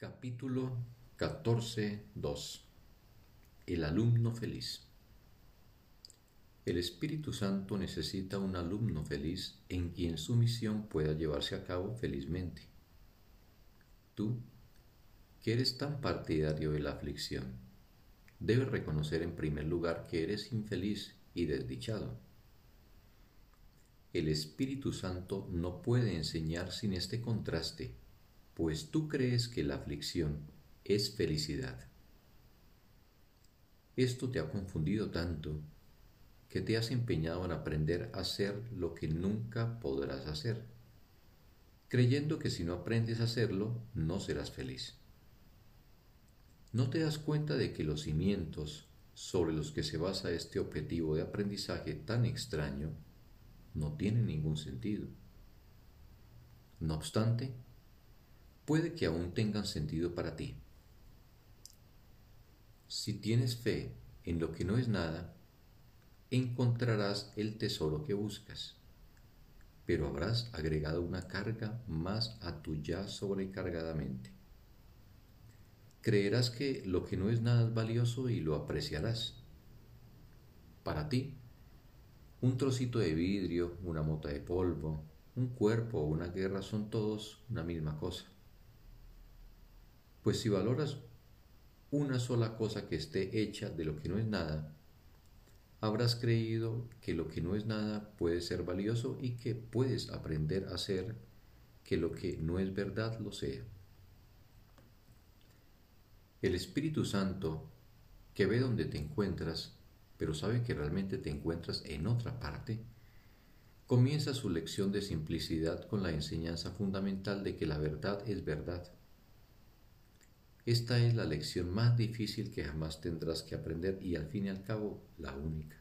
Capítulo 14:2. El alumno feliz. El Espíritu Santo necesita un alumno feliz en quien su misión pueda llevarse a cabo felizmente. Tú, que eres tan partidario de la aflicción, debes reconocer en primer lugar que eres infeliz y desdichado. El Espíritu Santo no puede enseñar sin este contraste, pues tú crees que la aflicción es felicidad. Esto te ha confundido tanto que te has empeñado en aprender a hacer lo que nunca podrás hacer, creyendo que si no aprendes a hacerlo, no serás feliz. ¿No te das cuenta de que los cimientos sobre los que se basa este objetivo de aprendizaje tan extraño no tienen ningún sentido? No obstante, puede que aún tengan sentido para ti. Si tienes fe en lo que no es nada, encontrarás el tesoro que buscas, pero habrás agregado una carga más a tu ya sobrecargada mente. Creerás que lo que no es nada es valioso y lo apreciarás. Para ti, un trocito de vidrio, una mota de polvo, un cuerpo o una guerra son todos una misma cosa. Pues si valoras una sola cosa que esté hecha de lo que no es nada, habrás creído que lo que no es nada puede ser valioso y que puedes aprender a hacer que lo que no es verdad lo sea. El Espíritu Santo, que ve donde te encuentras, pero sabe que realmente te encuentras en otra parte, comienza su lección de simplicidad con la enseñanza fundamental de que la verdad es verdad. Esta es la lección más difícil que jamás tendrás que aprender y al fin y al cabo la única.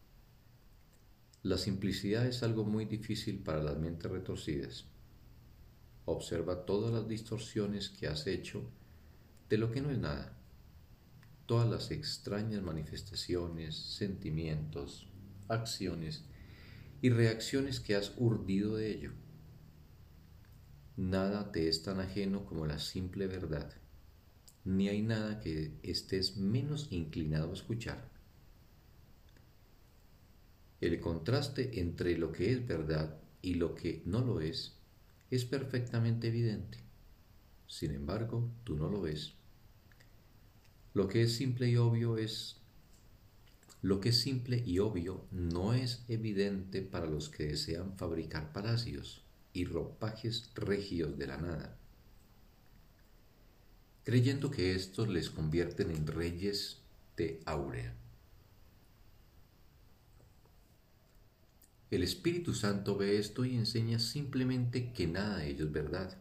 La simplicidad es algo muy difícil para las mentes retorcidas. Observa todas las distorsiones que has hecho de lo que no es nada, todas las extrañas manifestaciones, sentimientos, acciones y reacciones que has urdido de ello. Nada te es tan ajeno como la simple verdad, ni hay nada que estés menos inclinado a escuchar. El contraste entre lo que es verdad y lo que no lo es perfectamente evidente. Sin embargo, tú no lo ves. Lo que es simple y obvio no es evidente para los que desean fabricar palacios y ropajes regios de la nada, creyendo que estos les convierten en reyes de áurea. El Espíritu Santo ve esto y enseña simplemente que nada de ello es verdad.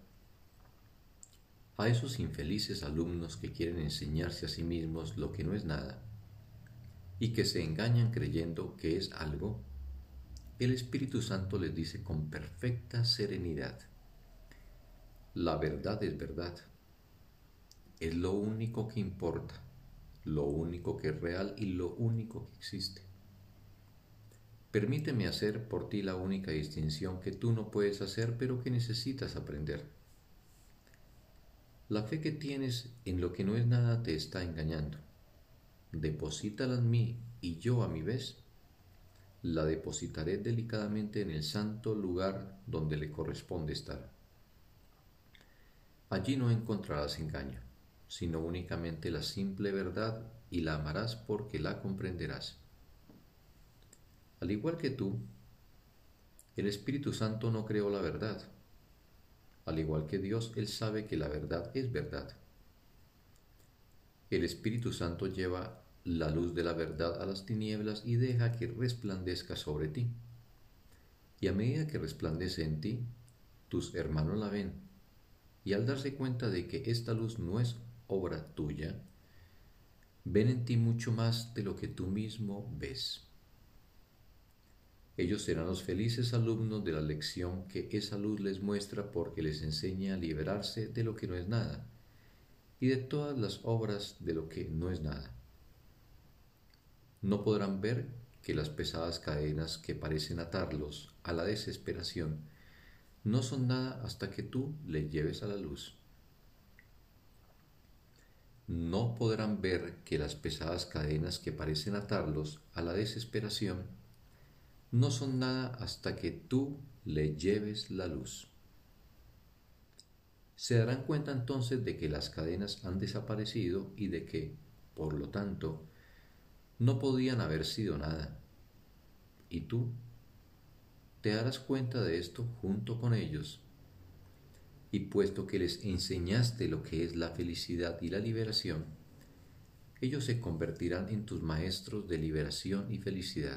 A esos infelices alumnos que quieren enseñarse a sí mismos lo que no es nada y que se engañan creyendo que es algo, el Espíritu Santo les dice con perfecta serenidad: la verdad es verdad. Es lo único que importa, lo único que es real y lo único que existe. Permíteme hacer por ti la única distinción que tú no puedes hacer, pero que necesitas aprender. La fe que tienes en lo que no es nada te está engañando. Deposítala en mí y yo, a mi vez, la depositaré delicadamente en el santo lugar donde le corresponde estar. Allí no encontrarás engaño, sino únicamente la simple verdad, y la amarás porque la comprenderás. Al igual que tú, el Espíritu Santo no creó la verdad. Al igual que Dios, Él sabe que la verdad es verdad. El Espíritu Santo lleva la luz de la verdad a las tinieblas y deja que resplandezca sobre ti. Y a medida que resplandece en ti, tus hermanos la ven, y al darse cuenta de que esta luz no es obra tuya, ven en ti mucho más de lo que tú mismo ves. Ellos serán los felices alumnos de la lección que esa luz les muestra, porque les enseña a liberarse de lo que no es nada y de todas las obras de lo que no es nada. No podrán ver que las pesadas cadenas que parecen atarlos a la desesperación no son nada hasta que tú les lleves a la luz. no podrán ver que las pesadas cadenas que parecen atarlos a la desesperación no son nada hasta que tú le lleves la luz. Se darán cuenta entonces de que las cadenas han desaparecido y de que, por lo tanto, no podían haber sido nada. Y tú te darás cuenta de esto junto con ellos. Y puesto que les enseñaste lo que es la felicidad y la liberación, ellos se convertirán en tus maestros de liberación y felicidad.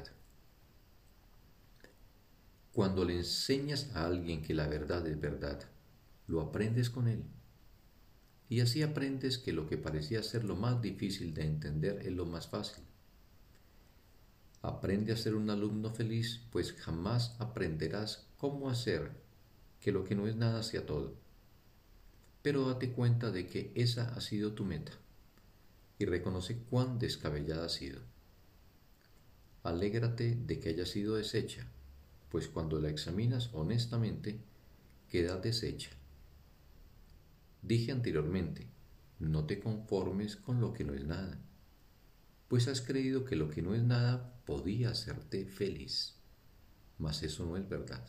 Cuando le enseñas a alguien que la verdad es verdad, lo aprendes con él. Y así aprendes que lo que parecía ser lo más difícil de entender es lo más fácil. Aprende a ser un alumno feliz, pues jamás aprenderás cómo hacer que lo que no es nada sea todo. Pero date cuenta de que esa ha sido tu meta y reconoce cuán descabellada ha sido. Alégrate de que haya sido deshecha, pues cuando la examinas honestamente, queda deshecha. Dije anteriormente, no te conformes con lo que no es nada, pues has creído que lo que no es nada podía hacerte feliz, mas eso no es verdad.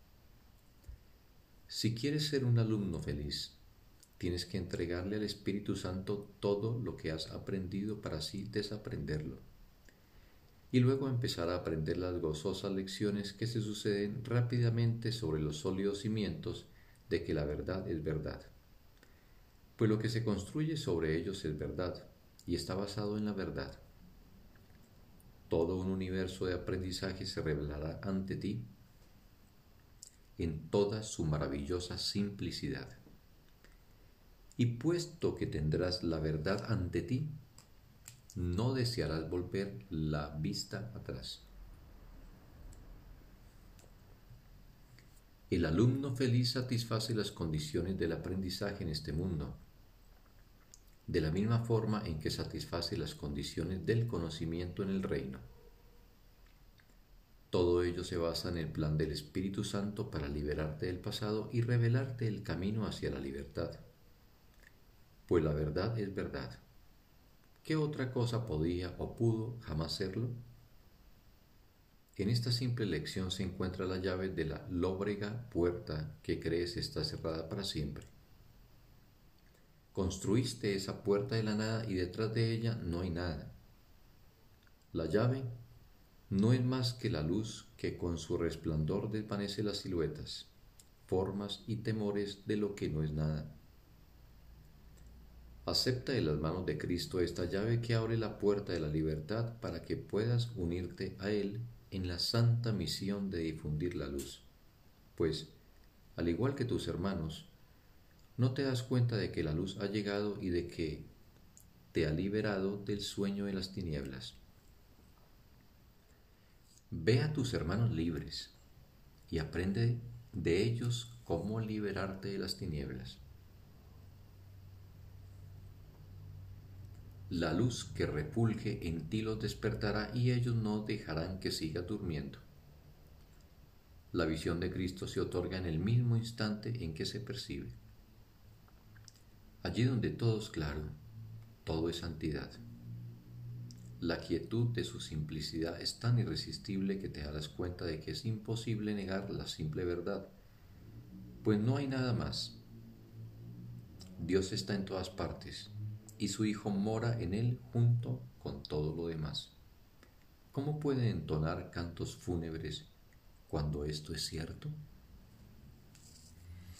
Si quieres ser un alumno feliz, tienes que entregarle al Espíritu Santo todo lo que has aprendido para así desaprenderlo, y luego empezar a aprender las gozosas lecciones que se suceden rápidamente sobre los sólidos cimientos de que la verdad es verdad. Pues lo que se construye sobre ellos es verdad y está basado en la verdad. Todo un universo de aprendizaje se revelará ante ti en toda su maravillosa simplicidad. Y puesto que tendrás la verdad ante ti, no desearás volver la vista atrás. El alumno feliz satisface las condiciones del aprendizaje en este mundo, de la misma forma en que satisface las condiciones del conocimiento en el reino. Todo ello se basa en el plan del Espíritu Santo para liberarte del pasado y revelarte el camino hacia la libertad. Pues la verdad es verdad. ¿Qué otra cosa podía o pudo jamás serlo? En esta simple lección se encuentra la llave de la lóbrega puerta que crees está cerrada para siempre. Construiste esa puerta de la nada y detrás de ella no hay nada. La llave no es más que la luz que con su resplandor desvanece las siluetas, formas y temores de lo que no es nada. Acepta de las manos de Cristo esta llave que abre la puerta de la libertad para que puedas unirte a Él en la santa misión de difundir la luz. Pues, al igual que tus hermanos, no te das cuenta de que la luz ha llegado y de que te ha liberado del sueño de las tinieblas. Ve a tus hermanos libres y aprende de ellos cómo liberarte de las tinieblas. La luz que refulge en ti los despertará y ellos no dejarán que sigas durmiendo. La visión de Cristo se otorga en el mismo instante en que se percibe. Allí donde todo es claro, todo es santidad. La quietud de su simplicidad es tan irresistible que te darás cuenta de que es imposible negar la simple verdad, pues no hay nada más. Dios está en todas partes y su Hijo mora en él junto con todo lo demás. ¿Cómo puede entonar cantos fúnebres cuando esto es cierto?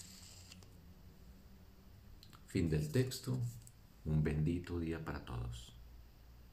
Fin del texto. Un bendito día para todos.